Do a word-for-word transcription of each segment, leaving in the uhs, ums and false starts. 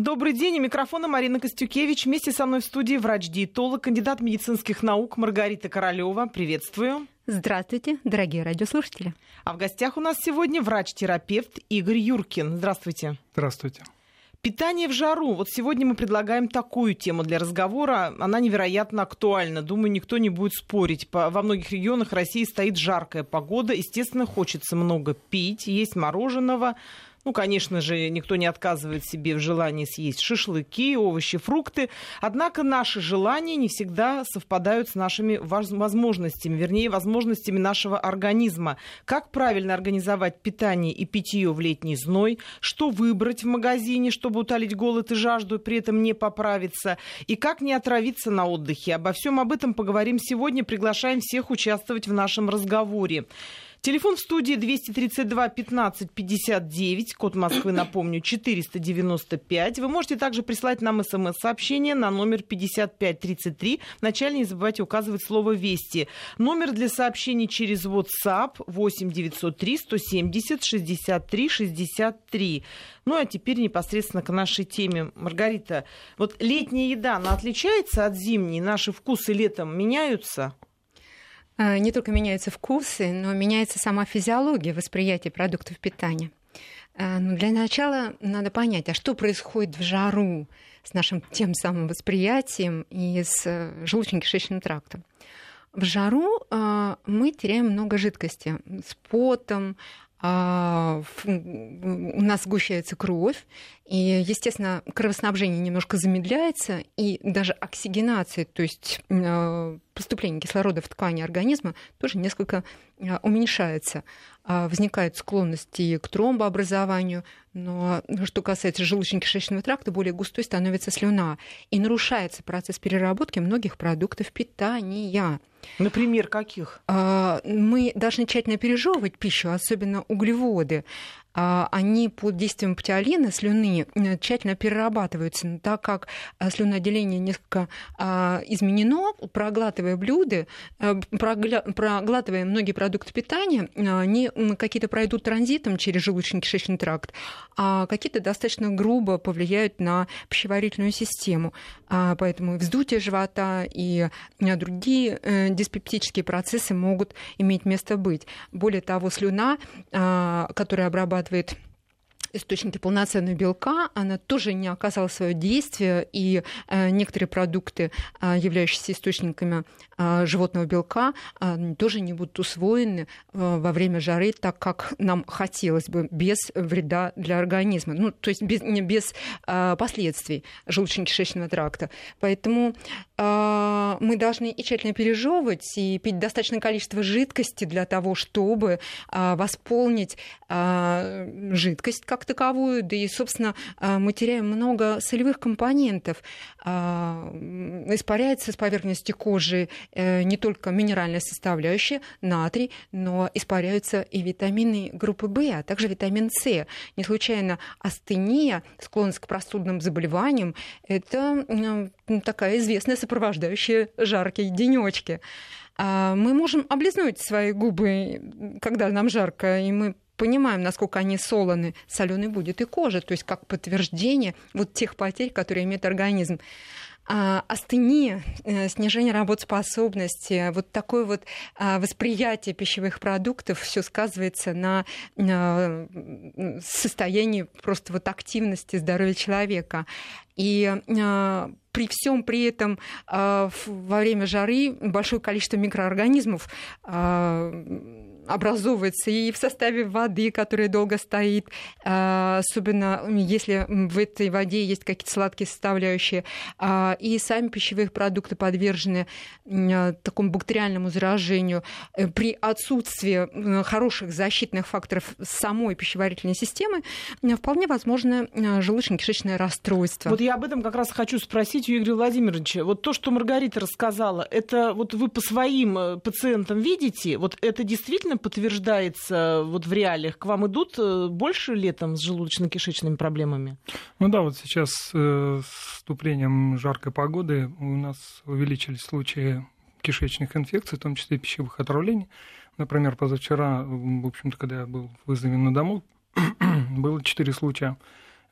Добрый день. У микрофона Марина Костюкевич. Вместе со мной в студии врач-диетолог, кандидат медицинских наук Маргарита Королева. Приветствую. Здравствуйте, дорогие радиослушатели. А в гостях у нас сегодня врач-терапевт Игорь Юркин. Здравствуйте. Здравствуйте. Питание в жару. Вот сегодня мы предлагаем такую тему для разговора. Она невероятно актуальна. Думаю, никто не будет спорить. Во многих регионах России стоит жаркая погода. Естественно, хочется много пить, есть мороженого. Ну, конечно же, никто не отказывает себе в желании съесть шашлыки, овощи, фрукты. Однако наши желания не всегда совпадают с нашими возможностями, вернее, возможностями нашего организма. Как правильно организовать питание и питье в летний зной? Что выбрать в магазине, чтобы утолить голод и жажду, и при этом не поправиться? И как не отравиться на отдыхе? Обо всем об этом поговорим сегодня. Приглашаем всех участвовать в нашем разговоре. Телефон в студии двести тридцать два пятнадцать пятьдесят девять, код Москвы, напомню, четыреста девяносто пять. Вы можете также прислать нам смс-сообщение на номер пятьдесят пять тридцать три. Вначале не забывайте указывать слово «Вести». Номер для сообщений через WhatsApp восемь девятьсот три сто семьдесят шестьдесят три шестьдесят три. Ну а теперь непосредственно к нашей теме. Маргарита, вот летняя еда, она отличается от зимней? Наши вкусы летом меняются? Не только меняются вкусы, но меняется сама физиология восприятия продуктов питания. Но для начала надо понять, а что происходит в жару с нашим тем самым восприятием и с желудочно-кишечным трактом. В жару мы теряем много жидкости с потом, у нас сгущается кровь, и, естественно, кровоснабжение немножко замедляется, и даже оксигенация, то есть поступление кислорода в ткани организма, тоже несколько уменьшается. Возникают склонности к тромбообразованию, но что касается желудочно-кишечного тракта, более густой становится слюна, и нарушается процесс переработки многих продуктов питания. Например, каких? Мы должны тщательно пережевывать пищу, особенно углеводы. Они под действием патиолина, слюны, тщательно перерабатываются. Но так как слюноотделение несколько изменено, проглатывая блюда, проглатывая многие продукты питания, они какие-то пройдут транзитом через желудочно-кишечный тракт, а какие-то достаточно грубо повлияют на пищеварительную систему. Поэтому вздутие живота и другие диспептические процессы могут иметь место быть. Более того, слюна, которая обрабатывает источники полноценного белка, она тоже не оказала свое действие, и некоторые продукты, являющиеся источниками животного белка, тоже не будут усвоены во время жары так, как нам хотелось бы, без вреда для организма, ну, то есть без, не без последствий желудочно-кишечного тракта. Поэтому мы должны и тщательно пережевывать, и пить достаточное количество жидкости для того, чтобы восполнить жидкость как таковую, да и, собственно, мы теряем много солевых компонентов. Испаряется с поверхности кожи не только минеральная составляющая, натрий, но испаряются и витамины группы В, а также витамин С. Не случайно астения, склонность к простудным заболеваниям, это такая известная сопровождающая жаркие денёчки. Мы можем облизнуть свои губы, когда нам жарко, и мы понимаем, насколько они солоны, солёной будет и кожа, то есть как подтверждение вот тех потерь, которые имеет организм. Астения, снижение работоспособности, вот такое вот восприятие пищевых продуктов, все сказывается на состоянии просто вот активности здоровья человека. И при всем при этом во время жары большое количество микроорганизмов образовывается и в составе воды, которая долго стоит, особенно если в этой воде есть какие-то сладкие составляющие, и сами пищевые продукты подвержены такому бактериальному заражению. При отсутствии хороших защитных факторов самой пищеварительной системы вполне возможно желудочно-кишечное расстройство. Вот я об этом как раз хочу спросить у Игоря Владимировича. Вот то, что Маргарита рассказала, это вот вы по своим пациентам видите, вот это действительно подтверждается вот в реалиях? К вам идут больше летом с желудочно-кишечными проблемами? Ну да, вот сейчас с вступлением жаркой погоды у нас увеличились случаи кишечных инфекций, в том числе пищевых отравлений. Например, позавчера, в общем-то, когда я был вызовен на дому, было четыре случая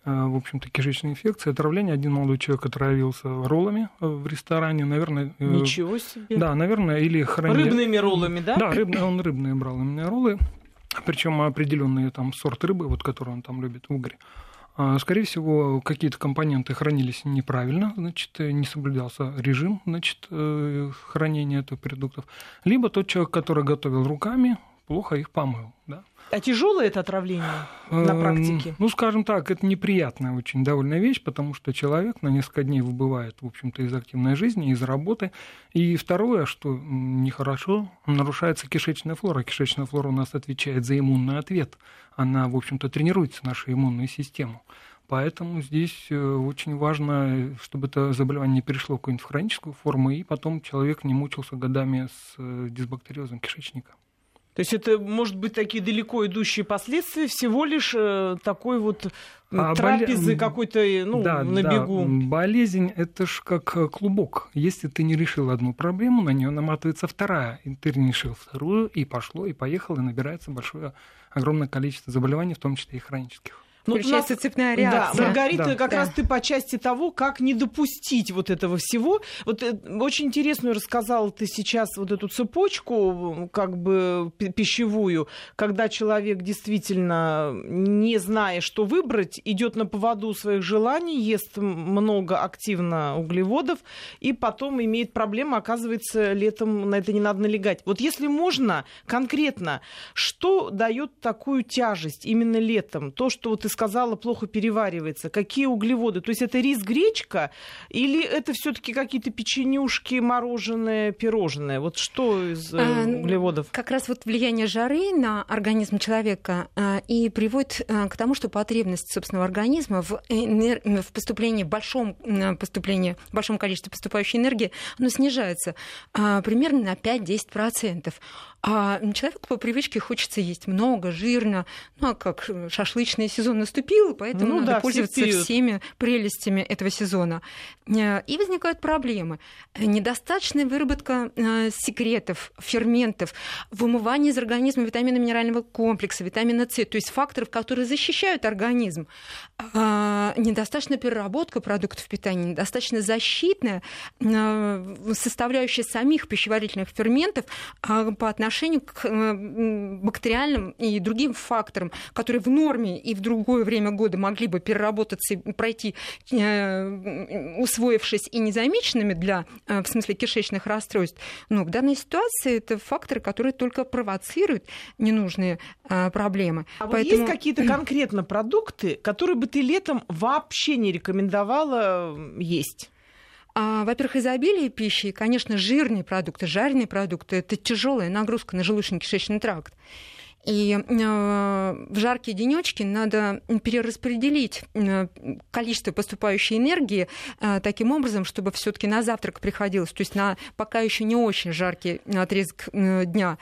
в общем-то, кишечной инфекции, отравление. Один молодой человек отравился роллами в ресторане, наверное... Ничего себе. Да, наверное, или хранили... Рыбными роллами, да? Да, рыбные, он рыбные брал именно роллы, причем определенные там сорт рыбы, вот, который он там любит, угри. Скорее всего, какие-то компоненты хранились неправильно, значит, не соблюдался режим, значит, хранения этих продуктов. Либо тот человек, который готовил руками, плохо их помыл, да. А тяжелое это отравление на практике? Ну, скажем так, это неприятная очень довольно вещь, потому что человек на несколько дней выбывает, в общем-то, из активной жизни, из работы. И второе, что нехорошо, нарушается кишечная флора. Кишечная флора у нас отвечает за иммунный ответ. Она, в общем-то, тренирует нашу иммунную систему. Поэтому здесь очень важно, чтобы это заболевание не перешло в какую-нибудь хроническую форму, и потом человек не мучился годами с дисбактериозом кишечника. То есть это, может быть, такие далеко идущие последствия всего лишь э, такой вот а трапезы боле... какой-то, ну, да, на да. бегу. Болезнь — это ж как клубок. Если ты не решил одну проблему, на нее наматывается вторая. И ты не решил вторую, и пошло, и поехало, и набирается большое, огромное количество заболеваний, в том числе и хронических. Ну, Включается нас... цепная реакция. Да, Маргарита, да, как да. раз ты по части того, как не допустить вот этого всего. Вот очень интересную рассказала ты сейчас вот эту цепочку, как бы пищевую, когда человек действительно, не зная, что выбрать, идет на поводу своих желаний, ест много активно углеводов, и потом имеет проблемы, оказывается, летом на это не надо налегать. Вот если можно конкретно, что дает такую тяжесть именно летом? То, что вот ты сказала, плохо переваривается. Какие углеводы? То есть это рис, гречка или это все-таки какие-то печенюшки, мороженое, пирожное? Вот что из э, углеводов? Как раз вот влияние жары на организм человека э, и приводит э, к тому, что потребность собственного организма в, энер... в поступлении, в большом, э, поступлении, в большом количестве поступающей энергии, оно снижается э, примерно на пять-десять процентов. А человеку по привычке хочется есть много, жирно, ну а как шашлычный сезон наступил, поэтому ну, надо да, пользоваться все всеми прелестями этого сезона. И возникают проблемы. Недостаточная выработка секретов, ферментов, вымывание из организма витаминно-минерального комплекса, витамина С, то есть факторов, которые защищают организм. Недостаточная переработка продуктов питания, недостаточно защитная составляющая самих пищеварительных ферментов по отношению к бактериальным и другим факторам, которые в норме и в другое время года могли бы переработаться и пройти, усвоившись и незамеченными для, в смысле, кишечных расстройств. Но в данной ситуации это факторы, которые только провоцируют ненужные проблемы. А Поэтому... вот есть какие-то конкретно продукты, которые бы ты летом вообще не рекомендовала есть? А, во-первых, изобилие пищи, и, конечно, жирные продукты, жареные продукты – это тяжелая нагрузка на желудочно-кишечный тракт. И э, в жаркие денечки надо перераспределить э, количество поступающей энергии э, таким образом, чтобы все-таки на завтрак приходилось, то есть на пока еще не очень жаркий отрезок э, дня.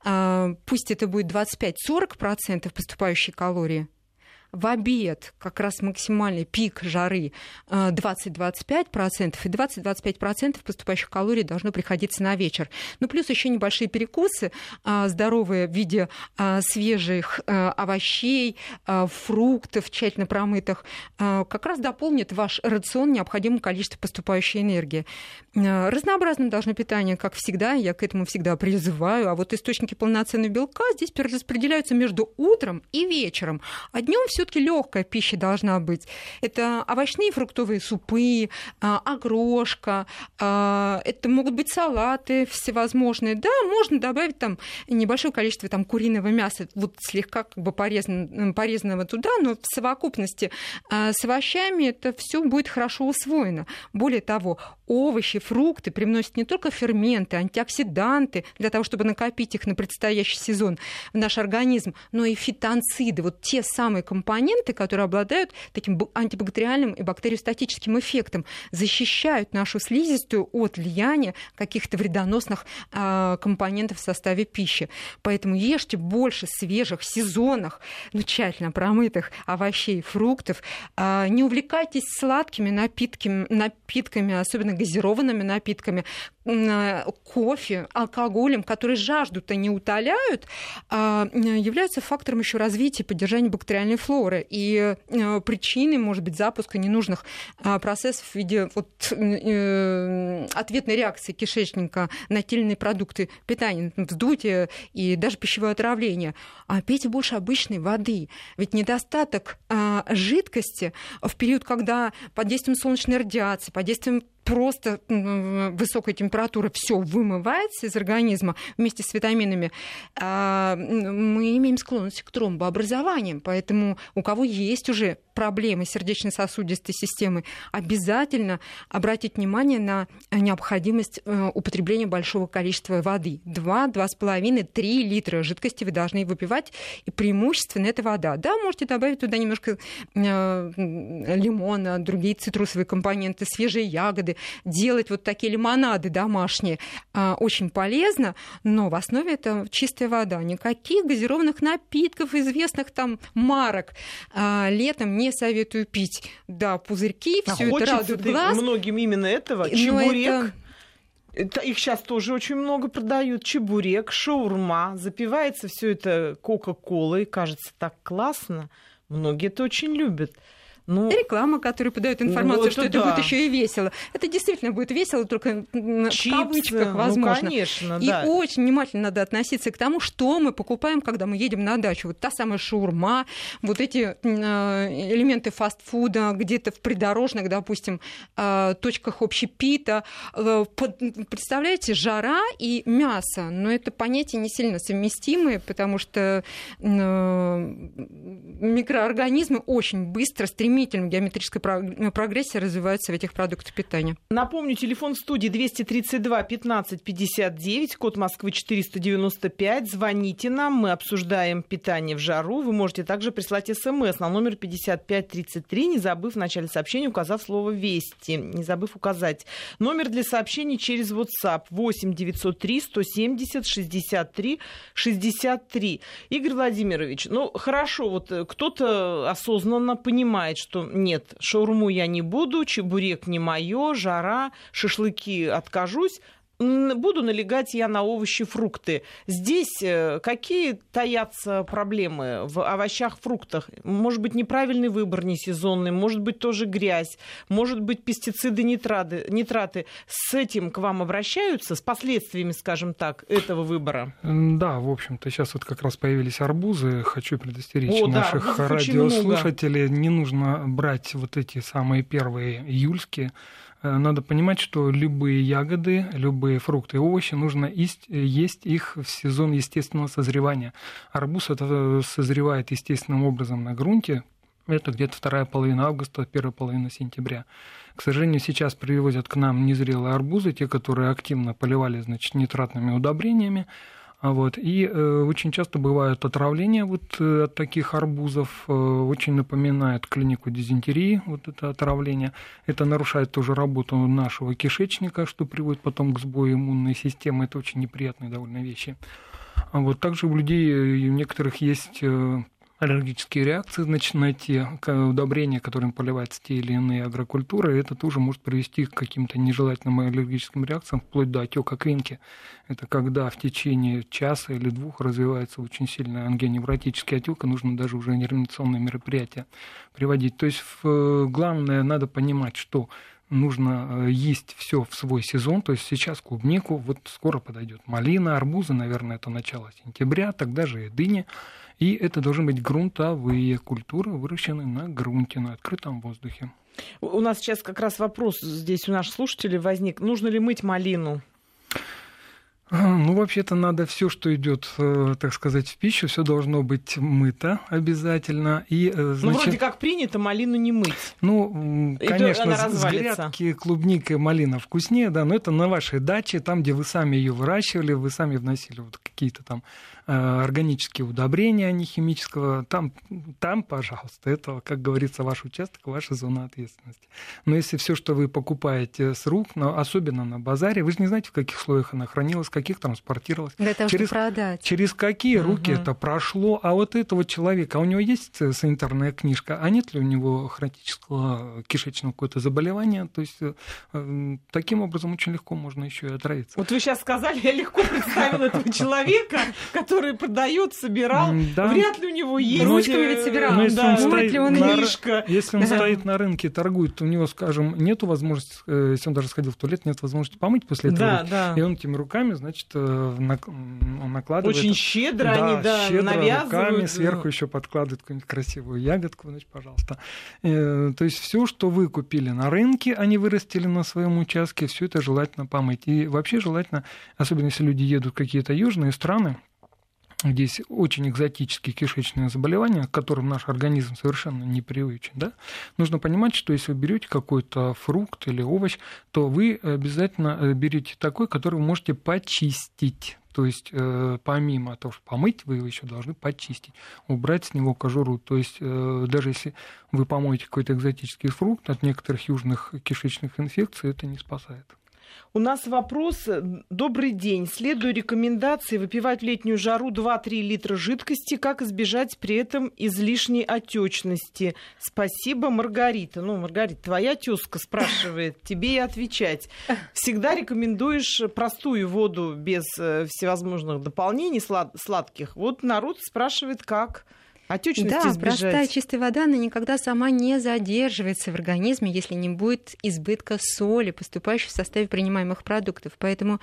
Э, пусть это будет двадцать пять-сорок процентов поступающей калории. В обед как раз максимальный пик жары двадцать-двадцать пять процентов, и двадцать-двадцать пять процентов поступающих калорий должно приходиться на вечер. Ну, плюс еще небольшие перекусы здоровые в виде свежих овощей, фруктов, тщательно промытых, как раз дополнит ваш рацион необходимым количеством поступающей энергии. Разнообразным должно питание, как всегда, я к этому всегда призываю, а вот источники полноценного белка здесь перераспределяются между утром и вечером, а днем все все-таки легкая пища должна быть. Это овощные и фруктовые супы, окрошка, это могут быть салаты всевозможные. Да, можно добавить там небольшое количество там, куриного мяса, вот слегка как бы порезан, порезанного туда, но в совокупности с овощами это все будет хорошо усвоено. Более того, овощи, фрукты привносят не только ферменты, антиоксиданты для того, чтобы накопить их на предстоящий сезон в наш организм, но и фитонциды, вот те самые компоненты, которые обладают таким антибактериальным и бактериостатическим эффектом, защищают нашу слизистую от влияния каких-то вредоносных э, компонентов в составе пищи. Поэтому ешьте больше свежих, сезонных, ну, тщательно промытых овощей и фруктов. Э, не увлекайтесь сладкими напитками, напитками, особенно газированными напитками. кофе, алкоголем, которые жажду-то не утоляют, являются фактором еще развития и поддержания бактериальной флоры. И причиной может быть запуска ненужных процессов в виде вот, ответной реакции кишечника на те или иные продукты питания, вздутие и даже пищевое отравление. А пейте больше обычной воды. Ведь недостаток жидкости в период, когда под действием солнечной радиации, под действием просто высокой температуры все вымывается из организма вместе с витаминами, мы имеем склонность к тромбообразованиям. Поэтому у кого есть уже проблемы сердечно-сосудистой системы, обязательно обратить внимание на необходимость употребления большого количества воды. два-два с половиной - три литра жидкости вы должны выпивать, и преимущественно это вода. Да, можете добавить туда немножко лимона, другие цитрусовые компоненты, свежие ягоды, делать вот такие лимонады домашние очень полезно, но в основе это чистая вода. Никаких газированных напитков, известных там марок летом не советую пить. Да, пузырьки, а все это радует глаз. Многим именно этого. Но чебурек. Это... Это, их сейчас тоже очень много продают. Чебурек, шаурма. Запивается все это кока-колой. Кажется, так классно. Многие это очень любят. Ну, реклама, которая подает информацию, ну, что это это да. будет еще и весело. Это действительно будет весело, только чипсы, в кавычках, возможно. Ну, конечно, и да. очень внимательно надо относиться к тому, что мы покупаем, когда мы едем на дачу. Вот та самая шаурма, вот эти элементы фастфуда, где-то в придорожных, допустим, точках общепита. Представляете, жара и мясо. Но это понятия не сильно совместимые, потому что микроорганизмы очень быстро стремятся стремительной геометрической прогрессии развиваются в этих продуктах питания. Напомню, телефон в студии двести тридцать два пятнадцать пятьдесят девять, код Москвы четыреста девяносто пять. Звоните нам, мы обсуждаем питание в жару. Вы можете также прислать смс на номер пятьдесят пять тридцать три, не забыв в начале сообщения указав слово «Вести». Не забыв указать номер для сообщений через WhatsApp восемь девятьсот три сто семьдесят шестьдесят три шестьдесят три. Игорь Владимирович, ну хорошо, вот кто-то осознанно понимает, что нет, шаурму я не буду, чебурек не моё, жара, шашлыки откажусь. Буду налегать я на овощи, фрукты. Здесь какие таятся проблемы в овощах, фруктах? Может быть, неправильный выбор несезонный, может быть, тоже грязь, может быть, пестициды, нитраты, нитраты. С этим к вам обращаются, с последствиями, скажем так, этого выбора? Да, в общем-то, сейчас вот как раз появились арбузы. Хочу предостеречь О, наших да, радиослушателей. Не нужно брать вот эти самые первые июльские. Надо понимать, что любые ягоды, любые фрукты и овощи нужно есть, есть их в сезон естественного созревания. Арбуз это созревает естественным образом на грунте. Это где-то вторая половина августа, первая половина сентября. К сожалению, сейчас привозят к нам незрелые арбузы, те, которые активно поливали, значит, нитратными удобрениями. Вот. И э, очень часто бывают отравления вот, э, от таких арбузов. Э, очень напоминает клинику дизентерии, вот это отравление. Это нарушает тоже работу нашего кишечника, что приводит потом к сбою иммунной системы. Это очень неприятные довольно вещи. А вот также у людей, у некоторых есть... Э, аллергические реакции, значит, на те удобрения, которыми поливаются те или иные агрокультуры, это тоже может привести к каким-то нежелательным аллергическим реакциям, вплоть до отека квинки. Это когда в течение часа или двух развивается очень сильный ангионевротический отек, и нужно даже уже реанимационные мероприятия приводить. То есть главное, надо понимать, что нужно есть все в свой сезон, то есть сейчас клубнику, вот скоро подойдет малина, арбузы, наверное, это начало сентября, тогда же и дыни. И это должны быть грунтовые культуры, выращенные на грунте, на открытом воздухе. У нас сейчас как раз вопрос здесь у наших слушателей возник. Нужно ли мыть малину? Ну, вообще-то надо все, что идет, так сказать, в пищу, все должно быть мыто обязательно. И, значит, ну, вроде как принято малину не мыть. Ну, конечно, с грядки клубника и малина вкуснее, да, но это на вашей даче, там, где вы сами ее выращивали, вы сами вносили вот какие-то там органические удобрения, а не химического, там, там, пожалуйста, это, как говорится, ваш участок, ваша зона ответственности. Но если все, что вы покупаете с рук, особенно на базаре, вы же не знаете, в каких слоях она хранилась, какие каких транспортировалось, для того, через, чтобы продать. Через какие угу. руки это прошло. А вот этого человека, а у него есть санитарная книжка, а нет ли у него хронического кишечного какого-то заболевания? То есть таким образом очень легко можно еще и отравиться. Вот вы сейчас сказали, я легко представила этого человека, который продает, собирал. Вряд ли у него есть ручками ведь собирал. Книжка. Если он стоит на рынке и торгует, то у него, скажем, нет возможности, если он даже сходил в туалет, нет возможности помыть после этого. Да, да. И он этими руками, значит, он накладывает. Очень щедро да, они, да, щедро навязывают. Руками сверху еще подкладывают какую-нибудь красивую ягодку, значит, пожалуйста. То есть все, что вы купили на рынке, они вырастили на своем участке, все это желательно помыть. И вообще желательно, особенно если люди едут в какие-то южные страны, где есть очень экзотические кишечные заболевания, к которым наш организм совершенно не привычен, да? Нужно понимать, что если вы берете какой-то фрукт или овощ, то вы обязательно берете такой, который вы можете почистить. То есть э, помимо того, что помыть, вы его еще должны почистить, убрать с него кожуру. То есть э, даже если вы помоете какой-то экзотический фрукт, от некоторых южных кишечных инфекций это не спасает. У нас вопрос. Добрый день. Следую рекомендации выпивать в летнюю жару два-три литра жидкости. Как избежать при этом излишней отечности? Спасибо, Маргарита. Ну, Маргарита, твоя тезка спрашивает, тебе и отвечать. Всегда рекомендуешь простую воду без всевозможных дополнений слад- сладких. Вот народ спрашивает, как... Отечности да, избежать. Простая чистая вода, она никогда сама не задерживается в организме, если не будет избытка соли, поступающей в составе принимаемых продуктов. Поэтому,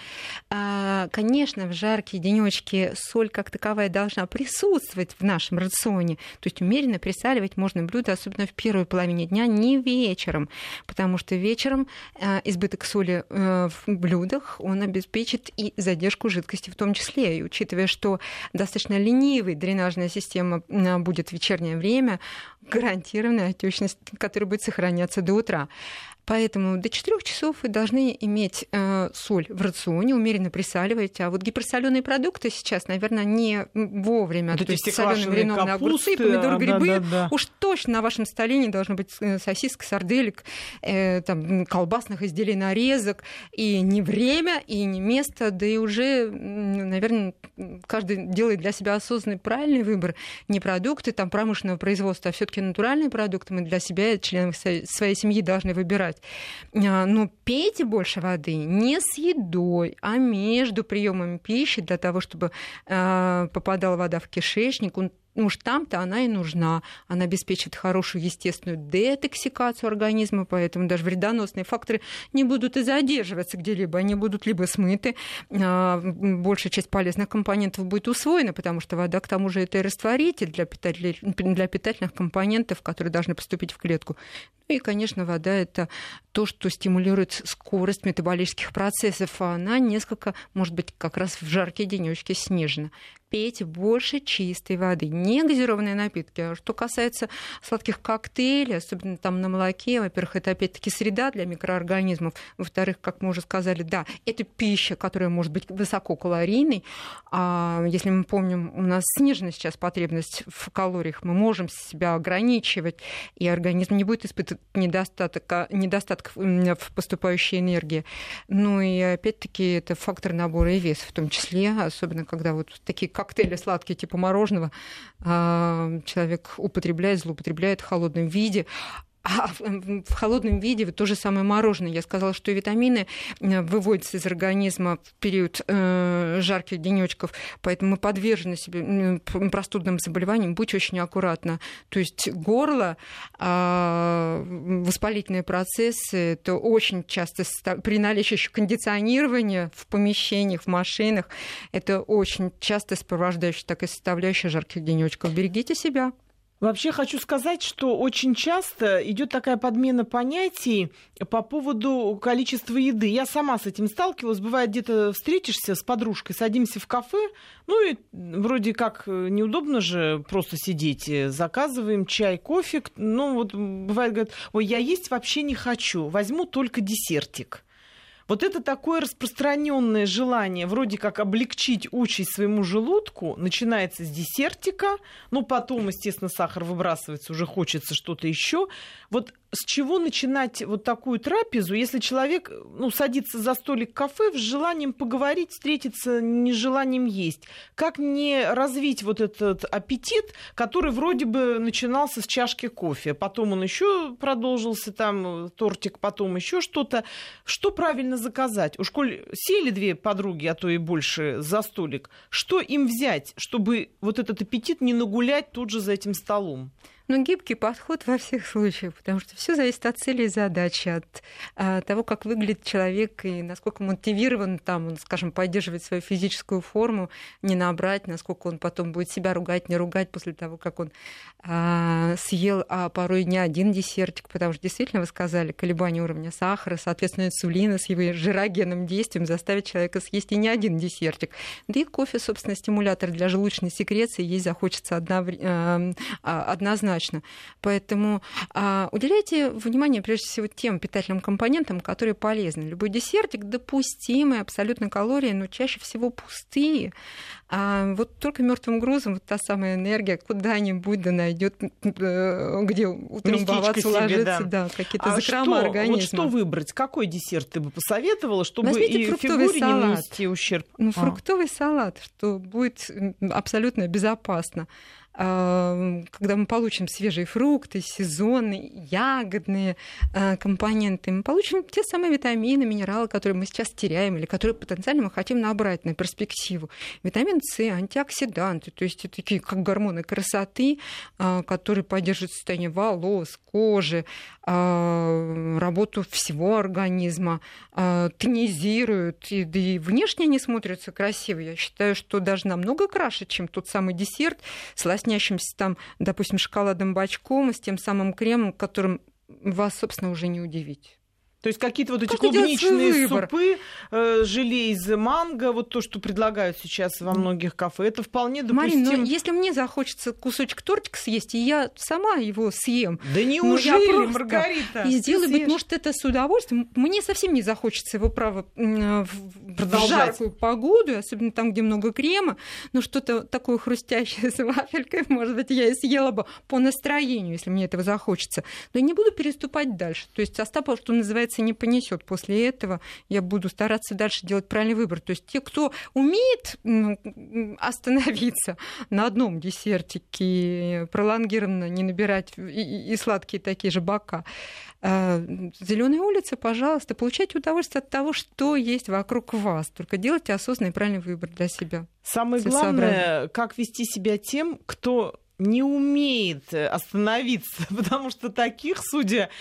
конечно, в жаркие денечки соль как таковая должна присутствовать в нашем рационе. То есть умеренно присаливать можно блюда, особенно в первой половине дня, не вечером, потому что вечером избыток соли в блюдах, он обеспечит и задержку жидкости в том числе. И учитывая, что достаточно ленивая дренажная система будет в вечернее время, гарантированная отечность, которая будет сохраняться до утра. Поэтому до четырёх часов вы должны иметь э, соль в рационе, умеренно присаливать. А вот гиперсолёные продукты сейчас, наверное, не вовремя. Вот то есть соленые маринованные огурцы, помидоры, а, грибы. Да, да, да. Уж точно на вашем столе не должно быть сосисок, сарделек, э, там, колбасных изделий, нарезок. И не время, и не место. Да и уже, наверное, каждый делает для себя осознанный правильный выбор. Не продукты там, промышленного производства, а все-таки натуральные продукты мы для себя, членов своей семьи, должны выбирать. Но пейте больше воды не с едой, а между приемами пищи для того, чтобы попадала вода в кишечник. Уж там-то она и нужна. Она обеспечит хорошую естественную детоксикацию организма, поэтому даже вредоносные факторы не будут и задерживаться где-либо. Они будут либо смыты, большая часть полезных компонентов будет усвоена, потому что вода, к тому же, это и растворитель для, питатель... для питательных компонентов, которые должны поступить в клетку. Ну и, конечно, вода — это то, что стимулирует скорость метаболических процессов, а она несколько, может быть, как раз в жаркие денечки снижена. Пейте больше чистой воды, не газированные напитки. А что касается сладких коктейлей, особенно там на молоке, во-первых, это опять-таки среда для микроорганизмов. Во-вторых, как мы уже сказали, да, это пища, которая может быть высококалорийной. А если мы помним, у нас снижена сейчас потребность в калориях, мы можем себя ограничивать, и организм не будет испытывать недостатка, недостаток в поступающей энергии. Ну и опять-таки это фактор набора и веса в том числе, особенно когда вот такие коктейли сладкие типа мороженого человек употребляет, злоупотребляет в холодном виде. А в холодном виде то же самое мороженое. Я сказала, что витамины выводятся из организма в период э, жарких денечков, поэтому мы подвержены себе простудным заболеваниям. Будьте очень аккуратны. То есть горло, э, воспалительные процессы, это очень часто при наличии еще кондиционирования в помещениях, в машинах, это очень часто сопровождающая такая составляющая жарких денечков. Берегите себя. Вообще хочу сказать, что очень часто идет такая подмена понятий по поводу количества еды. Я сама с этим сталкивалась. Бывает, где-то встретишься с подружкой, садимся в кафе, ну и вроде как неудобно же просто сидеть. Заказываем чай, кофе. Ну вот бывает, говорят, ой, я есть вообще не хочу, возьму только десертик. Вот это такое распространенное желание вроде как облегчить участь своему желудку начинается с десертика, ну потом, естественно, сахар выбрасывается, уже хочется что-то еще. Вот с чего начинать вот такую трапезу, если человек, ну, садится за столик кафе с желанием поговорить, встретиться, не с желанием есть? Как не развить вот этот аппетит, который вроде бы начинался с чашки кофе, потом он еще продолжился, там тортик, потом еще что-то. Что правильно заказать? Уж коль сели две подруги, а то и больше, за столик, что им взять, чтобы вот этот аппетит не нагулять тут же за этим столом? Ну, гибкий подход во всех случаях, потому что все зависит от цели и задачи, от а, того, как выглядит человек и насколько мотивирован там, он, скажем, поддерживать свою физическую форму, не набрать, насколько он потом будет себя ругать, не ругать после того, как он а, съел, а порой не один десертик, потому что действительно, вы сказали, колебания уровня сахара, соответственно, инсулина с его жирогенным действием заставит человека съесть и не один десертик. Да и кофе, собственно, стимулятор для желудочной секреции, есть захочется одновременно, однозначно. Поэтому а, уделяйте внимание прежде всего тем питательным компонентам, которые полезны. Любой десертик допустимый, абсолютно калории, но чаще всего пустые. А вот только мертвым грузом вот та самая энергия куда-нибудь да найдет, где утрамбоваться, ложиться, да. Да, какие-то а закрома организма. Вот что выбрать? Какой десерт ты бы посоветовала, чтобы Возьмите и фруктовый фигуре салат. Не нанести ущерб? Ну, а. фруктовый салат, что будет абсолютно безопасно. Когда мы получим свежие фрукты, сезонные, ягодные компоненты, мы получим те самые витамины, минералы, которые мы сейчас теряем или которые потенциально мы хотим набрать на перспективу. Витамин С, антиоксиданты, то есть такие как гормоны красоты, которые поддерживают состояние волос, кожи, работу всего организма, тонизируют, и, да и внешне они смотрятся красиво. Я считаю, что даже намного краше, чем тот самый десерт с лоснящимся там, допустим, шоколадным бачком, с тем самым кремом, которым вас, собственно, уже не удивить. То есть какие-то вот эти клубничные супы, э, желе из манго, вот то, что предлагают сейчас во многих кафе, это вполне допустимо. Марин, ну если мне захочется кусочек тортика съесть, и я сама его съем. Да неужели, Маргарита? И сделаю, быть может, это с удовольствием. Мне совсем не захочется его, право, в жаркую погоду, особенно там, где много крема, но что-то такое хрустящее с вафелькой, может быть, я и съела бы по настроению, если мне этого захочется. Но я не буду переступать дальше. То есть Остапа, что называется, не понесет. После этого я буду стараться дальше делать правильный выбор. То есть те, кто умеет остановиться на одном десертике, пролонгированно не набирать и, и сладкие такие же бока, Зеленая улица, пожалуйста, получайте удовольствие от того, что есть вокруг вас. Только делайте осознанный и правильный выбор для себя. Самое главное, как вести себя тем, кто не умеет остановиться, потому что таких, судя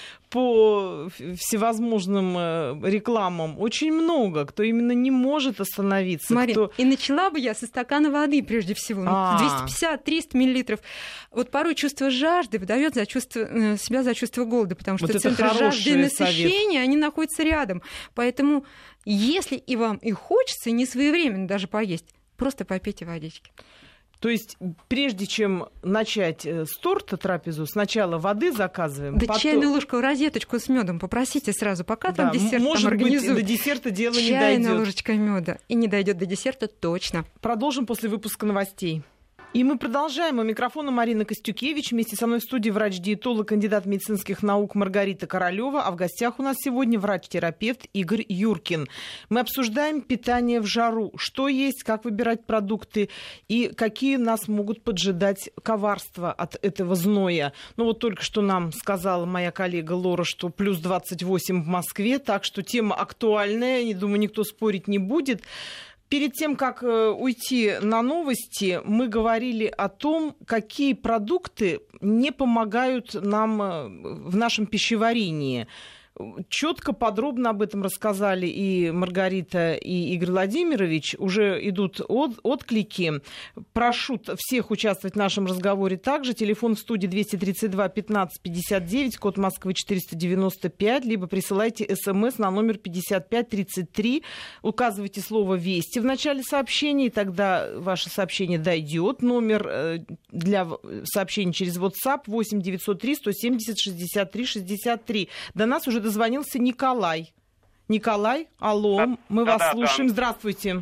по всевозможным рекламам, очень много, кто именно не может остановиться. Марин, кто... и начала бы я со стакана воды прежде всего, двести пятьдесят - триста миллилитров. Вот порой чувство жажды выдает за чувство, себя за чувство голода, потому что вот центры жажды и насыщения, совет. Они находятся рядом. Поэтому если и вам и хочется, и не своевременно даже поесть, просто попейте водички. То есть, прежде чем начать с торта трапезу, сначала воды заказываем. Да потом... чайную ложку в розеточку с медом попросите сразу, пока да, там десерт может там организуют. Быть, до десерта дело не дойдет. Чайная ложечка меда. И не дойдет до десерта точно. Продолжим после выпуска новостей. И мы продолжаем. У микрофона Марина Костюкевич. Вместе со мной в студии врач-диетолог, кандидат медицинских наук Маргарита Королёва. А в гостях у нас сегодня врач-терапевт Игорь Юркин. Мы обсуждаем питание в жару. Что есть, как выбирать продукты и какие нас могут поджидать коварства от этого зноя. Ну вот только что нам сказала моя коллега Лора, что плюс двадцать восемь в Москве. Так что тема актуальная. Я думаю, никто спорить не будет. Перед тем, как уйти на новости, мы говорили о том, какие продукты не помогают нам в нашем пищеварении. Четко, подробно об этом рассказали и Маргарита, и Игорь Владимирович. Уже идут от, отклики. Прошу всех участвовать в нашем разговоре также. Телефон в студии двести тридцать два пятнадцать пятьдесят девять, код Москвы четыреста девяносто пять, либо присылайте смс на номер пятьдесят пять тридцать три. Указывайте слово «Вести» в начале сообщения, и тогда ваше сообщение дойдет. Номер для сообщений через WhatsApp восемь девятьсот три сто семьдесят шестьдесят три шестьдесят три. До нас уже дозвонился Николай. Николай, алло, да, мы да, вас да, слушаем. да. Здравствуйте.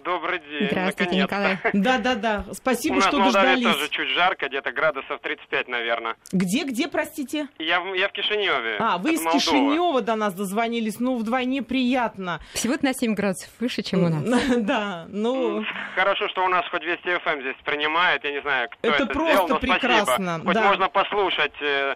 Добрый день. Здравствуйте, Николай. Да-да-да, спасибо, У нас что в Молдавии дождались. тоже чуть жарко, где-то градусов тридцать пять, наверное. Где, где, простите? Я, в- я в Кишиневе. А, вы Это из Молдова. Кишинева до нас дозвонились, ну, вдвойне приятно. Всего-то на семь градусов выше, чем у нас. Да, ну... Хорошо, что у нас хоть Вести эф эм здесь принимает, я не знаю, кто Это это, просто сделал, но прекрасно, спасибо. Хоть да. можно послушать э,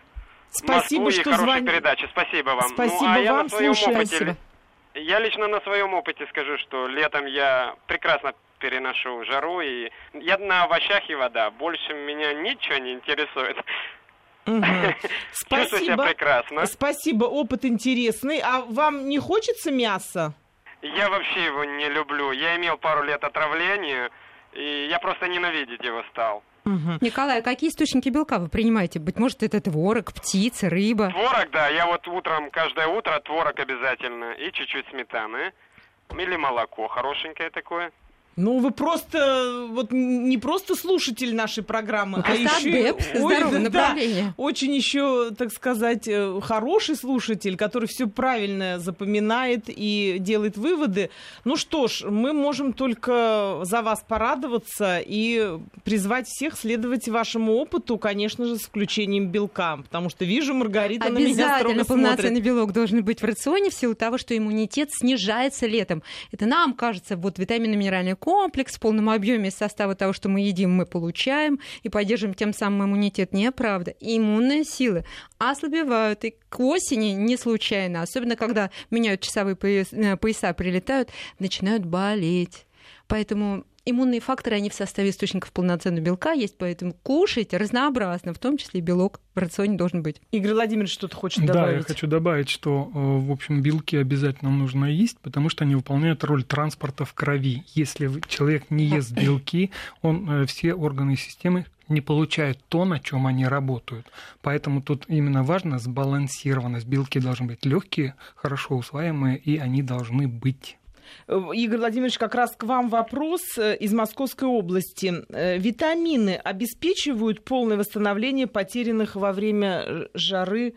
Спасибо, Москву и что хорошие звоните. передачи. Спасибо вам. Спасибо ну, а я вам, на своем слушаем. опыте, Спасибо. Я лично на своем опыте скажу, что летом я прекрасно переношу жару, и я на овощах и вода. Больше меня ничего не интересует. Мгм. Чувствую себя Спасибо. прекрасно. Спасибо, опыт интересный. А вам не хочется мяса? Я вообще его не люблю. Я имел пару лет отравления, и я просто ненавидеть его стал. Мгм. Николай, а какие источники белка вы принимаете? Быть может, это творог, птица, рыба? Творог, да, я вот утром, каждое утро творог обязательно, и чуть-чуть сметаны. Или молоко хорошенькое такое. Ну, вы просто, вот не просто слушатель нашей программы, Ну, а просто еще... адепт здорового направления. очень еще, так сказать, э, хороший слушатель, который все правильно запоминает и делает выводы. Ну что ж, мы можем только за вас порадоваться и призвать всех следовать вашему опыту, конечно же, с включением белка, потому что вижу, Маргарита на меня строго Обязательно смотрит. полноценный белок должен быть в рационе в силу того, что иммунитет снижается летом. Это нам кажется, вот витаминно-минеральный комплекс в полном объеме из состава того, что мы едим, мы получаем и поддерживаем тем самым иммунитет. Неправда. Иммунные силы ослабевают. И к осени не случайно, особенно когда меняют часовые пояс- пояса, прилетают, начинают болеть. Поэтому иммунные факторы, они в составе источников полноценного белка есть, поэтому кушайте разнообразно, в том числе и белок в рационе должен быть. Игорь Владимирович что-то хочет Да, добавить. я хочу добавить, что, э, в общем, белки обязательно нужно есть, потому что они выполняют роль транспорта в крови. Если вы- человек не ест белки, он э, все органы и системы не получают то, на чем они работают. Поэтому тут именно важна сбалансированность. Белки должны быть легкие, хорошо усваиваемые, и они должны быть. Игорь Владимирович, как раз к вам вопрос э, из Московской области. Э, Витамины обеспечивают полное восстановление потерянных во время э, жары?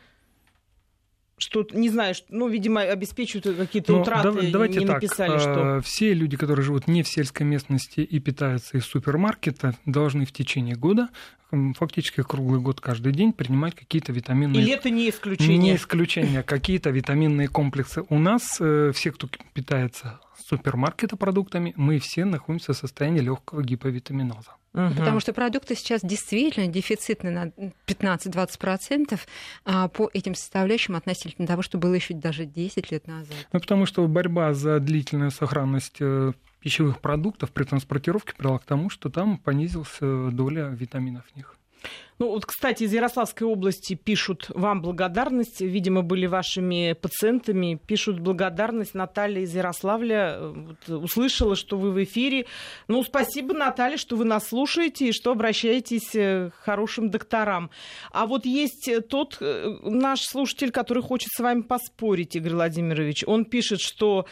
Что, не знаю, что, ну, видимо, обеспечивают какие-то Ну, утраты, дав- давайте не так, написали, э, что... все люди, которые живут не в сельской местности и питаются из супермаркета, должны в течение года, м, фактически круглый год, каждый день принимать какие-то И витаминные... лето не исключение. Не исключение, какие-то витаминные комплексы. У нас э, все, кто питается с супермаркета продуктами, мы все находимся в состоянии легкого гиповитаминоза. Мгм. Потому что продукты сейчас действительно дефицитны на пятнадцать-двадцать процентов а, по этим составляющим относительно того, что было еще даже десять лет назад. Ну, потому что борьба за длительную сохранность э, пищевых продуктов при транспортировке привела к тому, что там понизилась доля витаминов в них. Ну, вот, кстати, из Ярославской области пишут вам благодарность. Видимо, были вашими пациентами. Пишут благодарность. Наталья из Ярославля вот, услышала, что вы в эфире. Ну, спасибо, Наталья, что вы нас слушаете и что обращаетесь к хорошим докторам. А вот есть тот наш слушатель, который хочет с вами поспорить, Игорь Владимирович. Он пишет, что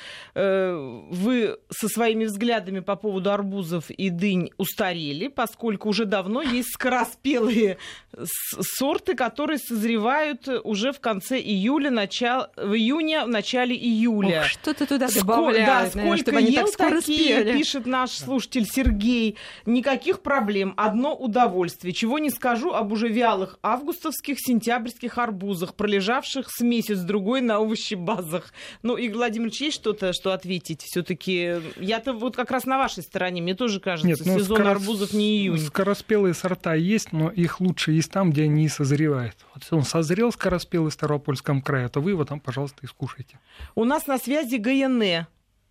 э, вы со своими взглядами по поводу арбузов и дынь устарели, поскольку уже давно есть скороспелые сорты, которые созревают уже в конце июля, начало, в июне, в начале июля. Ох, что-то туда Ско- добавляют, да, наверное, сколько чтобы они ел так скоро такие, спели. пишет наш слушатель Сергей. Никаких проблем, одно удовольствие. Чего не скажу об уже вялых августовских, сентябрьских арбузах, пролежавших с месяц-другой на овощебазах. Ну, Игорь Владимирович, есть что-то, что ответить? Все-таки я-то вот как раз на вашей стороне, мне тоже кажется, Нет, ну, сезон скорос- арбузов не июнь. Скороспелые сорта есть, но их лучше есть там, где они созревают. Вот если он созрел скороспелый в Ставропольском крае, то вы его там, пожалуйста, и скушайте. У нас на связи ГНЭ.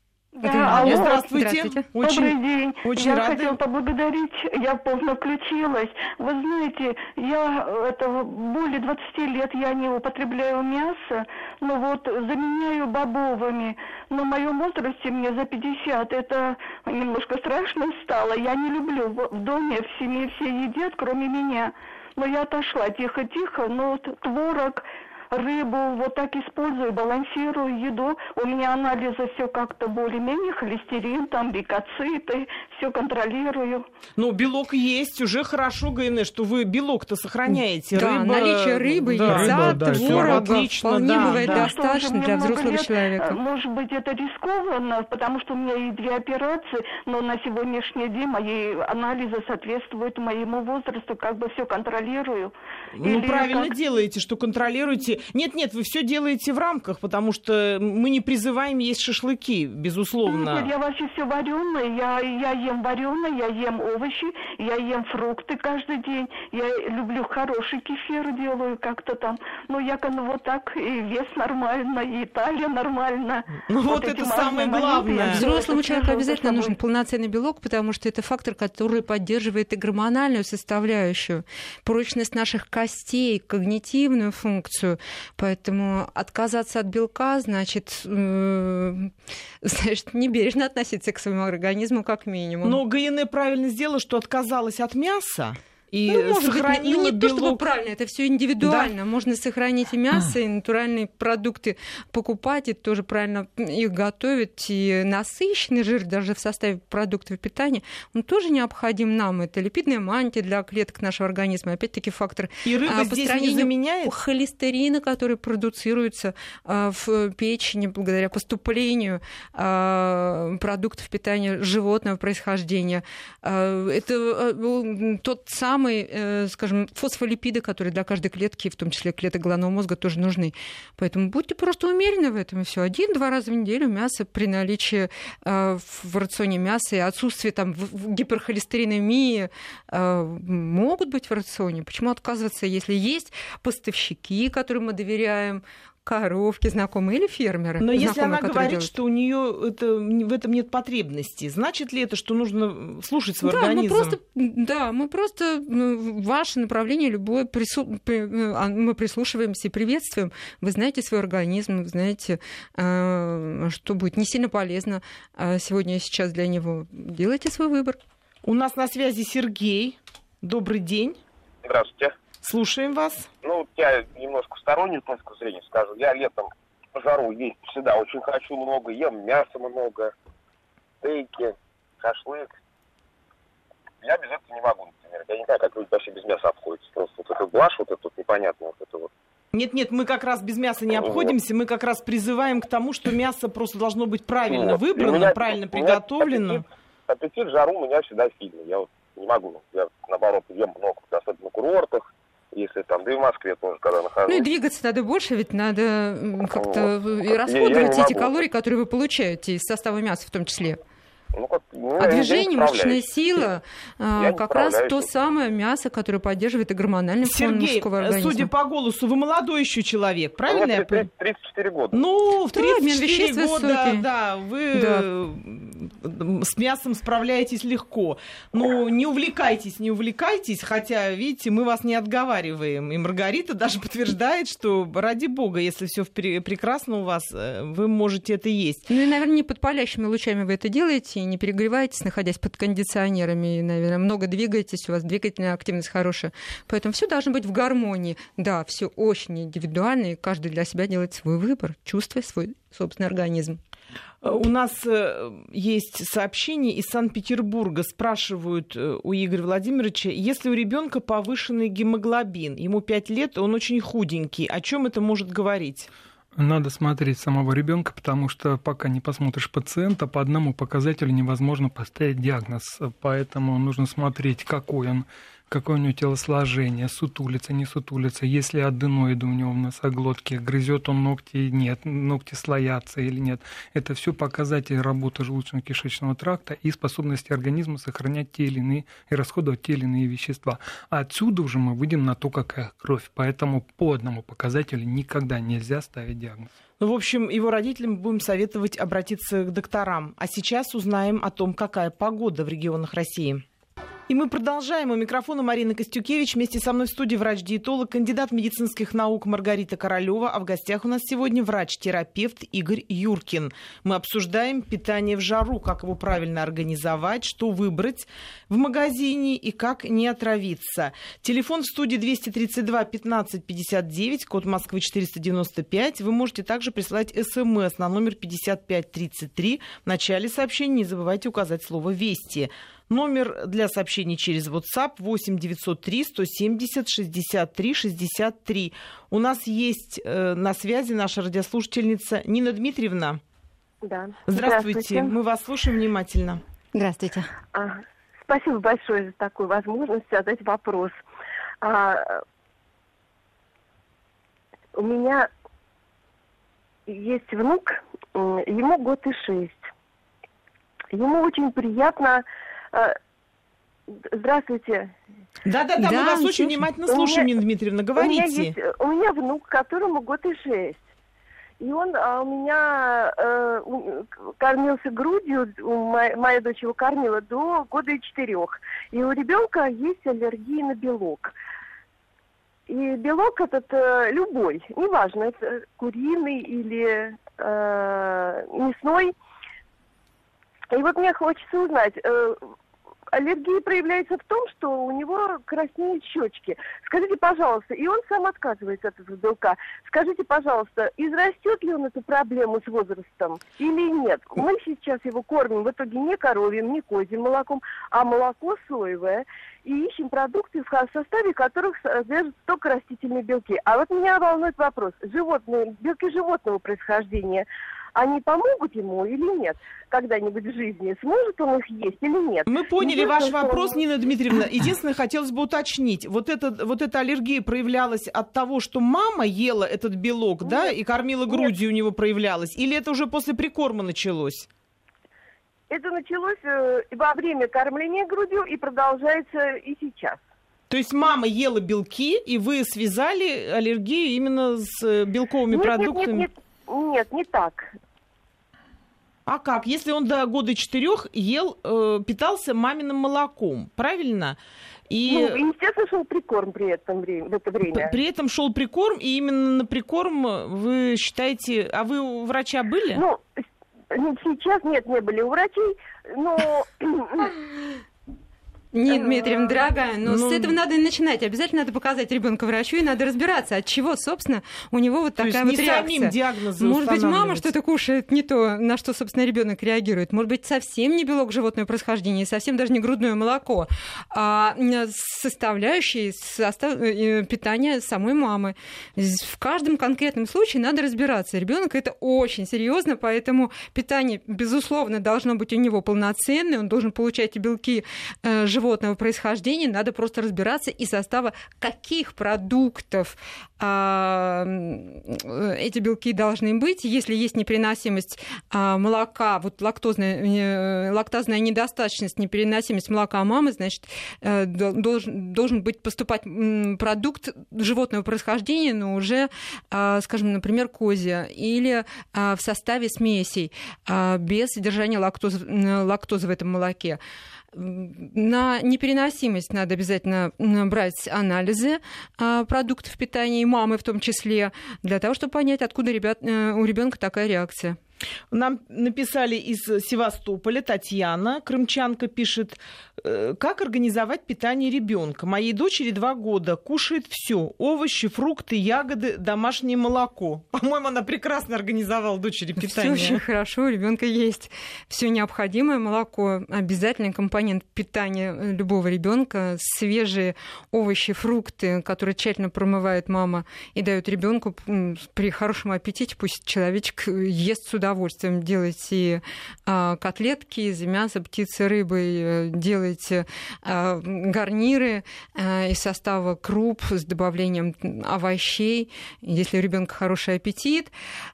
Да, алло. Здравствуйте. Здравствуйте. Очень, Добрый день. очень я рада. хотела поблагодарить, я поздно включилась. Вы знаете, я это, более двадцати лет я не употребляю мясо, но вот заменяю бобовыми. Но в моем возрасте, мне за пятьдесят, это немножко страшно стало. Я не люблю. В в доме, в семье все едят, кроме меня. Но я отошла тихо-тихо, но вот творог, рыбу вот так использую, балансирую еду. У меня анализы все как-то более-менее, холестерин, там, лейкоциты, все контролирую. Ну, белок есть, уже хорошо, ГНЭ, что вы белок-то сохраняете. Да, рыба, наличие рыбы, да, яйца, рыба, да, творога отлично, вполне да, бывает да. достаточно Что для же, мне взрослого много лет, человека. Может быть, это рискованно, потому что у меня и две операции, но на сегодняшний день мои анализы соответствуют моему возрасту, как бы все контролирую. Ну, Или правильно как... делаете, что контролируете. Нет-нет, вы все делаете в рамках, потому что мы не призываем есть шашлыки, безусловно. Нет, я вообще все вареное, я, я ем вареное, я ем овощи, я ем фрукты каждый день, я люблю хороший кефир, делаю как-то там, ну, я ну, вот так, и вес нормально, и талия нормально. Ну, вот, вот эти это самое главное. Взрослому человеку обязательно нужен полноценный белок, потому что это фактор, который поддерживает и гормональную составляющую, прочность наших костей, когнитивную функцию. Поэтому отказаться от белка значит, э, значит небережно относиться к своему организму как минимум. Но ГНЭ правильно сделала, что отказалась от мяса. И ну, может сохранила быть, ну, не белок. то чтобы правильно, это все индивидуально. Да? Можно сохранить и мясо, и натуральные продукты покупать, и тоже правильно их готовить. И насыщенный жир даже в составе продуктов питания, он тоже необходим нам. Это липидная мантия для клеток нашего организма. Опять-таки фактор и рыба здесь не заменяет? Холестерина, который продуцируется в печени благодаря поступлению продуктов питания животного происхождения. Это тот самый скажем, фосфолипиды, которые для каждой клетки, в том числе клеток головного мозга, тоже нужны. Поэтому будьте просто умеренны в этом, и все. Один-два раза в неделю мясо при наличии э, в рационе мяса и отсутствии там, гиперхолестеринемии э, могут быть в рационе. Почему отказываться, если есть поставщики, которым мы доверяем, коровки знакомые или фермеры. Но если она говорит, делают. что у нее это, в этом нет потребности, значит ли это, что нужно слушать свой да, организм? Мы просто, да, мы просто ваше направление любое прису... мы прислушиваемся и приветствуем. Вы знаете свой организм, вы знаете, что будет не сильно полезно сегодня и сейчас для него. Делайте свой выбор. У нас на связи Сергей. Добрый день. Здравствуйте. Слушаем вас. Ну, я немножко стороннюю точку зрения скажу. Я летом по жару есть всегда очень хочу много, ем мяса много, стейки, шашлык. Я без этого не могу, например. Я не знаю, как люди вообще без мяса обходятся. Просто вот этот блажь, вот это вот непонятно, вот это вот. Нет-нет, мы как раз без мяса не обходимся, мы как раз призываем к тому, что мясо просто должно быть правильно вот. выбрано, меня, правильно приготовлено. Аппетит, аппетит в жару у меня всегда сильный. Я вот не могу. Я, наоборот, ем много, особенно на курортах. Если там, да и в Москве тоже, когда нахожусь. Ну и двигаться надо больше, ведь надо как-то вот. и расходовать я, я эти калории, которые вы получаете из состава мяса в том числе. Ну, как, ну, а движение, мышечная сила, я как раз то самое мясо, которое поддерживает и гормональный фон мужского организма. Сергей, судя по голосу, вы молодой еще человек, правильно? Мне тридцать четыре года. Ну, в тридцать четыре да, года, высокий. Да, вы да. с мясом справляетесь легко. Ну, не увлекайтесь, не увлекайтесь, хотя, видите, мы вас не отговариваем. И Маргарита даже подтверждает, что, ради бога, если все прекрасно у вас, вы можете это есть. Ну и, наверное, не под палящими лучами вы это делаете, не перегреваетесь, находясь под кондиционерами, и, наверное, много двигаетесь, у вас двигательная активность хорошая. Поэтому все должно быть в гармонии. Да, все очень индивидуально, и каждый для себя делает свой выбор, чувствуя свой собственный организм. У нас есть сообщение из Санкт-Петербурга. Спрашивают у Игоря Владимировича, если у ребенка повышенный гемоглобин, ему пять лет, он очень худенький, о чем это может говорить? Надо смотреть самого ребенка, потому что пока не посмотришь пациента, по одному показателю невозможно поставить диагноз. Поэтому нужно смотреть, какой он, какое у него телосложение, сутулится, не сутулится, есть ли аденоиды у него в носоглотке, грызет он ногти, нет, ногти слоятся или нет. Это все показатели работы желудочно-кишечного тракта и способности организма сохранять те или иные и расходовать те или иные вещества. А отсюда уже мы выйдем на то, какая кровь. Поэтому по одному показателю никогда нельзя ставить диагноз. Ну, в общем, его родителям будем советовать обратиться к докторам. А сейчас узнаем о том, какая погода в регионах России. И мы продолжаем. У микрофона Марина Костюкевич. Вместе со мной в студии врач-диетолог, кандидат медицинских наук Маргарита Королева. А в гостях у нас сегодня врач-терапевт Игорь Юркин. Мы обсуждаем питание в жару, как его правильно организовать, что выбрать в магазине и как не отравиться. Телефон в студии двести тридцать два пятнадцать пятьдесят девять, код Москвы четыреста девяносто пять. Вы можете также присылать смс на номер пятьдесят пять тридцать три. В начале сообщения не забывайте указать слово «Вести». Номер для сообщений через WhatsApp восемь девятьсот три сто семьдесят шестьдесят три шестьдесят три. У нас есть э, на связи наша радиослушательница Нина Дмитриевна. Да. Здравствуйте. Здравствуйте. Мы вас слушаем внимательно. Здравствуйте. А, спасибо большое за такую возможность задать вопрос. А, у меня есть внук, ему год и шесть. Ему очень приятно... Здравствуйте. Да-да-да, да, мы вас слушай. очень внимательно слушаем, меня, Нина Дмитриевна, говорите. У меня, говорите. есть, у меня внук, которому год и шесть. И он а, у меня э, у, кормился грудью, у, моя, моя дочь его кормила до года и четырех. И у ребенка есть аллергия на белок. И белок этот э, любой, неважно, это куриный или э, мясной. И вот мне хочется узнать, э, аллергия проявляется в том, что у него краснеют щечки. Скажите, пожалуйста, и он сам отказывается от этого белка. Скажите, пожалуйста, израстет ли он эту проблему с возрастом или нет? Мы сейчас его кормим в итоге не коровьим, не козьим молоком, а молоко соевое. И ищем продукты, в составе которых содержатся только растительные белки. А вот меня волнует вопрос. Животные, белки животного происхождения, они помогут ему или нет когда-нибудь в жизни? Сможет он их есть или нет? Мы поняли ваш вопрос, он... Нина Дмитриевна. Единственное, хотелось бы уточнить. Вот, это, вот эта аллергия проявлялась от того, что мама ела этот белок, нет, да, и кормила грудью, нет, у него проявлялась? Или это уже после прикорма началось? Это началось э, во время кормления грудью и продолжается и сейчас. То есть мама ела белки, и вы связали аллергию именно с белковыми нет, продуктами? Нет, нет, нет. Нет, не так. А как? Если он до года четырех ел, э, питался маминым молоком, правильно? И... Ну, естественно, шел прикорм при этом время, в это время. При этом шел прикорм, и именно на прикорм вы считаете... А вы у врача были? Ну, сейчас нет, не были у врачей, но... Нина Дмитриевна, дорогая, но ну, с этого надо и начинать. Обязательно надо показать ребенка врачу, и надо разбираться, от чего, собственно, у него вот такая вот реакция. Не самим диагнозы Может быть, мама что-то кушает не то, на что, собственно, ребенок реагирует. Может быть, совсем не белок животного происхождения, совсем даже не грудное молоко, а составляющие состав питания самой мамы. В каждом конкретном случае надо разбираться. Ребенок это очень серьезно, поэтому питание, безусловно, должно быть у него полноценное, он должен получать белки животного животного происхождения, надо просто разбираться из состава каких продуктов а, эти белки должны быть. Если есть непереносимость а, молока, вот лактозная, лактазная недостаточность, непереносимость молока мамы, значит, должен, должен быть поступать продукт животного происхождения, но уже, а, скажем, например, козья, или а, в составе смесей, а, без содержания лактозы, лактозы в этом молоке. На непереносимость надо обязательно брать анализы продуктов питания, и мамы в том числе, для того, чтобы понять, откуда ребят, у ребенка такая реакция. Нам написали из Севастополя, Татьяна, крымчанка, пишет, как организовать питание ребенка. Моей дочери два года, кушает все: овощи, фрукты, ягоды, домашнее молоко. По-моему, она прекрасно организовала дочери питание. Все очень хорошо, у ребенка есть все необходимое молоко, обязательный компонент питания любого ребенка. Свежие овощи, фрукты, которые тщательно промывает мама и дает ребенку при хорошем аппетите, пусть человечек ест с удовольствием. Делайте а, котлетки из мяса, птицы, рыбы, делайте а, гарниры а, из состава круп с добавлением овощей, если у ребенка хороший аппетит.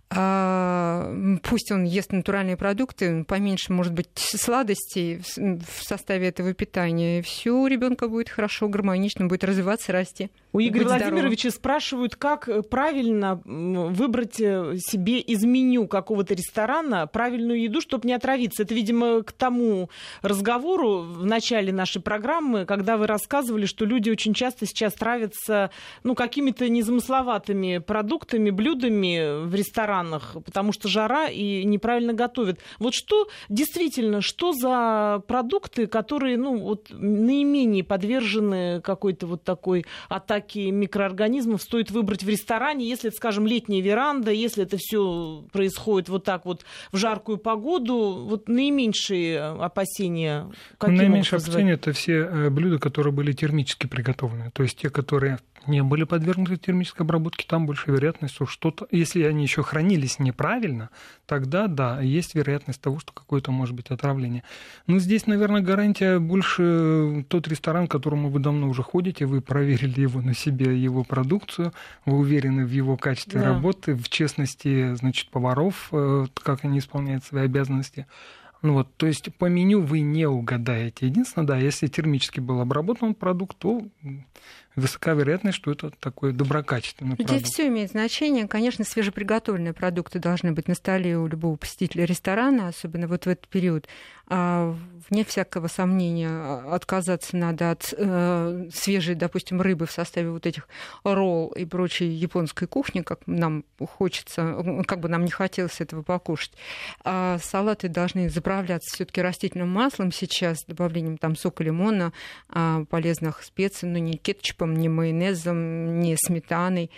Пусть он ест натуральные продукты, поменьше, может быть, сладостей в составе этого питания. Все у ребенка будет хорошо, гармонично, будет развиваться, расти. У Игоря Владимировича спрашивают, как правильно выбрать себе из меню какого-то ресторана правильную еду, чтобы не отравиться. Это, видимо, к тому разговору в начале нашей программы, когда вы рассказывали, что люди очень часто сейчас травятся ну, какими-то незамысловатыми продуктами, блюдами в ресторанах, потому что жара и неправильно готовят. Вот что действительно, что за продукты, которые ну, вот, наименее подвержены какой-то вот такой атаке микроорганизмов, стоит выбрать в ресторане, если это, скажем, летняя веранда, если это все происходит вот так вот в жаркую погоду, вот наименьшие опасения? Наименьшие опасения — это все блюда, которые были термически приготовлены, то есть те, которые не были подвергнуты термической обработке, там больше вероятность, что что-то, если они еще хранились неправильно, тогда да, есть вероятность того, что какое-то может быть отравление. Но здесь, наверное, гарантия больше тот ресторан, к которому вы давно уже ходите, вы проверили его на себе, его продукцию, вы уверены в его качестве да. работы, в честности, значит, поваров, как они исполняют свои обязанности. Ну вот, то есть по меню вы не угадаете. Единственное, да, если термически был обработан продукт, то высока вероятность, что это такой доброкачественный Здесь продукт. Здесь все имеет значение. Конечно, свежеприготовленные продукты должны быть на столе у любого посетителя ресторана, особенно вот в этот период. А, вне всякого сомнения, отказаться надо от э, свежей, допустим, рыбы в составе вот этих ролл и прочей японской кухни, как нам хочется, как бы нам не хотелось этого покушать. А салаты должны заправляться все-таки растительным маслом сейчас, с добавлением там сока лимона, а, полезных специй, но не кетчупом, ни майонезом, ни сметаной.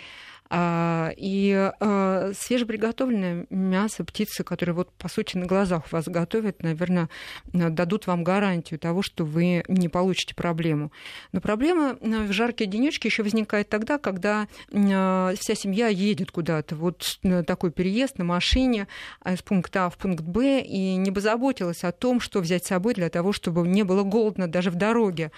И свежеприготовленное мясо, птицы, которые вот, по сути, на глазах у вас готовят, наверное, дадут вам гарантию того, что вы не получите проблему. Но проблема в жаркие денечки еще возникает тогда, когда вся семья едет куда-то. Вот такой переезд на машине из пункта А в пункт Б, и не позаботилась о том, что взять с собой для того, чтобы не было голодно даже в дороге.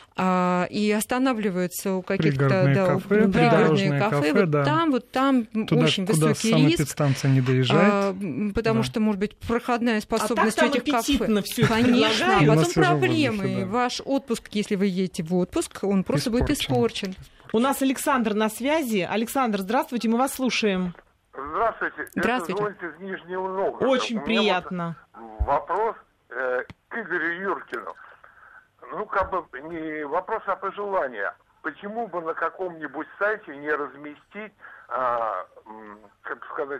И останавливаются у каких-то да, кафе, придорожные кафе, кафе вот да. там, вот там туда, очень куда высокий риск. Санэпидстанция не доезжает. Потому да. что, может быть, проходная способность а этих кафе. Всё Конечно, а потом проблемы. Воздухе, да. Ваш отпуск, если вы едете в отпуск, он просто испорчен. будет испорчен. У нас Александр на связи. Александр, здравствуйте, мы вас слушаем. Здравствуйте. Здравствуйте. Это звонит из Нижнего Новгорода. Очень приятно. Вот вопрос э, к Игорю Юркину. Ну, как бы не вопрос, а пожелание. Почему бы на каком-нибудь сайте не разместить, а, как сказать,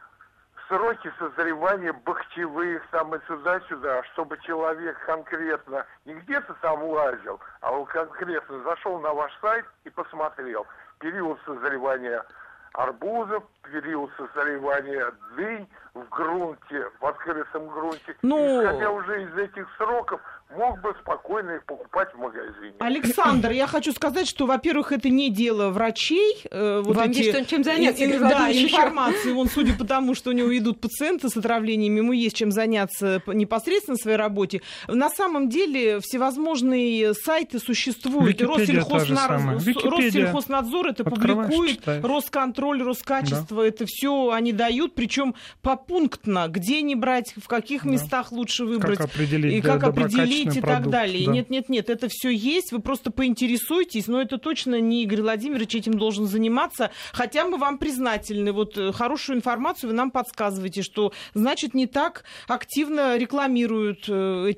сроки созревания бахчевых, там и сюда-сюда, чтобы человек конкретно не где-то там лазил, а он конкретно зашел на ваш сайт и посмотрел период созревания арбузов, период созревания дынь в грунте, в открытом грунте. Ну... Исходя уже из этих сроков, мог бы спокойно их покупать в магазине. Александр, я хочу сказать, что, во-первых, это не дело врачей. Э, вот Вам эти, есть чем заняться. И, да, информации. Вон, судя по тому, что у него идут пациенты с отравлениями, ему есть чем заняться непосредственно в своей работе. На самом деле всевозможные сайты существуют. Россельхознар... Россельхознадзор это публикует, читаешь. Росконтроль, Роскачество, да. Это все они дают, причем попунктно, где не брать, в каких да. местах лучше выбрать. Как определить, и как определить и продукт, так далее. Да. Нет, нет, нет, это все есть, вы просто поинтересуйтесь, но это точно не Игорь Владимирович этим должен заниматься, хотя мы вам признательны. Вот хорошую информацию вы нам подсказываете, что, значит, не так активно рекламируют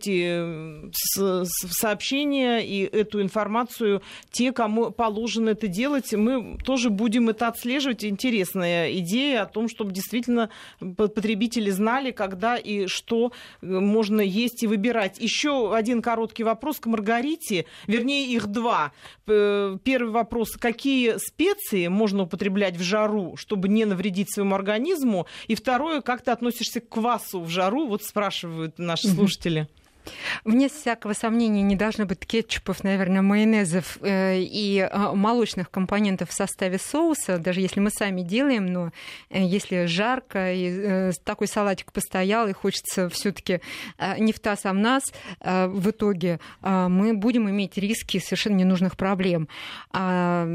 эти сообщения и эту информацию те, кому положено это делать. Мы тоже будем это отслеживать. Интересная идея о том, чтобы действительно потребители знали, когда и что можно есть и выбирать. Еще один короткий вопрос к Маргарите, вернее, их два. Первый вопрос: какие специи можно употреблять в жару, чтобы не навредить своему организму? И второе: как ты относишься к квасу в жару? Вот спрашивают наши слушатели. Вне всякого сомнения не должно быть кетчупов, наверное, майонезов э, и э, молочных компонентов в составе соуса, даже если мы сами делаем, но э, если жарко, и э, такой салатик постоял, и хочется все-таки э, не в таз, а в нас, э, в итоге э, мы будем иметь риски совершенно ненужных проблем. А,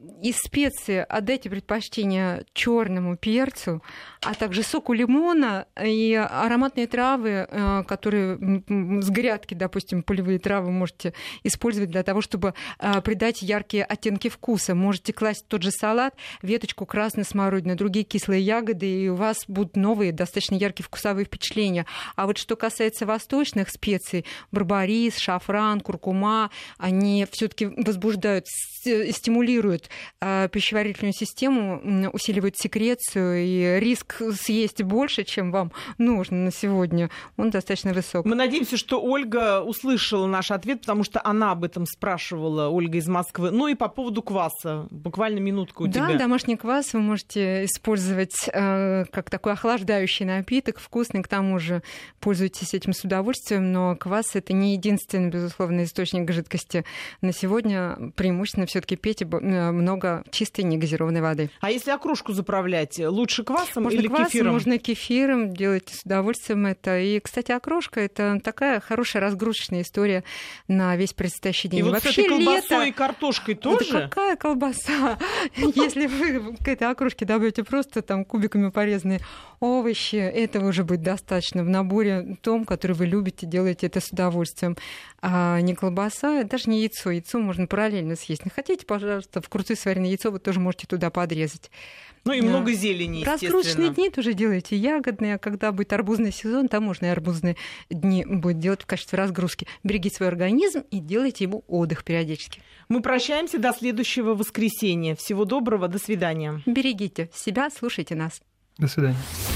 из специй отдайте предпочтение черному перцу, а также соку лимона и ароматные травы, которые с грядки, допустим, полевые травы можете использовать для того, чтобы придать яркие оттенки вкуса. Можете класть в тот же салат веточку красной смородины, другие кислые ягоды, и у вас будут новые, достаточно яркие вкусовые впечатления. А вот что касается восточных специй, барбарис, шафран, куркума, они все-таки возбуждают, стимулируют пищеварительную систему, усиливают секрецию, и риск съесть больше, чем вам нужно на сегодня, он достаточно высок. Мы надеемся, что Ольга услышала наш ответ, потому что она об этом спрашивала, Ольга из Москвы. Ну и по поводу кваса, буквально минутку у да, тебя. Да, домашний квас вы можете использовать э, как такой охлаждающий напиток, вкусный, к тому же пользуйтесь этим с удовольствием, но квас — это не единственный, безусловно, источник жидкости. На сегодня преимущественно все-таки пейте много чистой негазированной воды. А если окружку заправлять, лучше квасом можно или квасом, кефиром? Можно кефиром, делайте с удовольствием это. И, кстати, окрошка — это такая хорошая разгрузочная история на весь предстоящий день. И, и вот вообще с этой колбасой лето... и картошкой тоже? Да какая колбаса? Если вы к этой окрошке добавите просто там кубиками порезанные овощи, этого уже будет достаточно в наборе том, который вы любите, делаете это с удовольствием. А не колбаса, даже не яйцо. Яйцо можно параллельно съесть. Не хотите, пожалуйста, вкрутую сваренное яйцо вы тоже можете туда подрезать. Ну и много зелени, естественно. Разгрузочные дни тоже делайте ягодные, а когда будет арбузный сезон, там можно и арбузные дни будет делать в качестве разгрузки. Берегите свой организм и делайте ему отдых периодически. Мы прощаемся до следующего воскресенья. Всего доброго, до свидания. Берегите себя, слушайте нас. До свидания.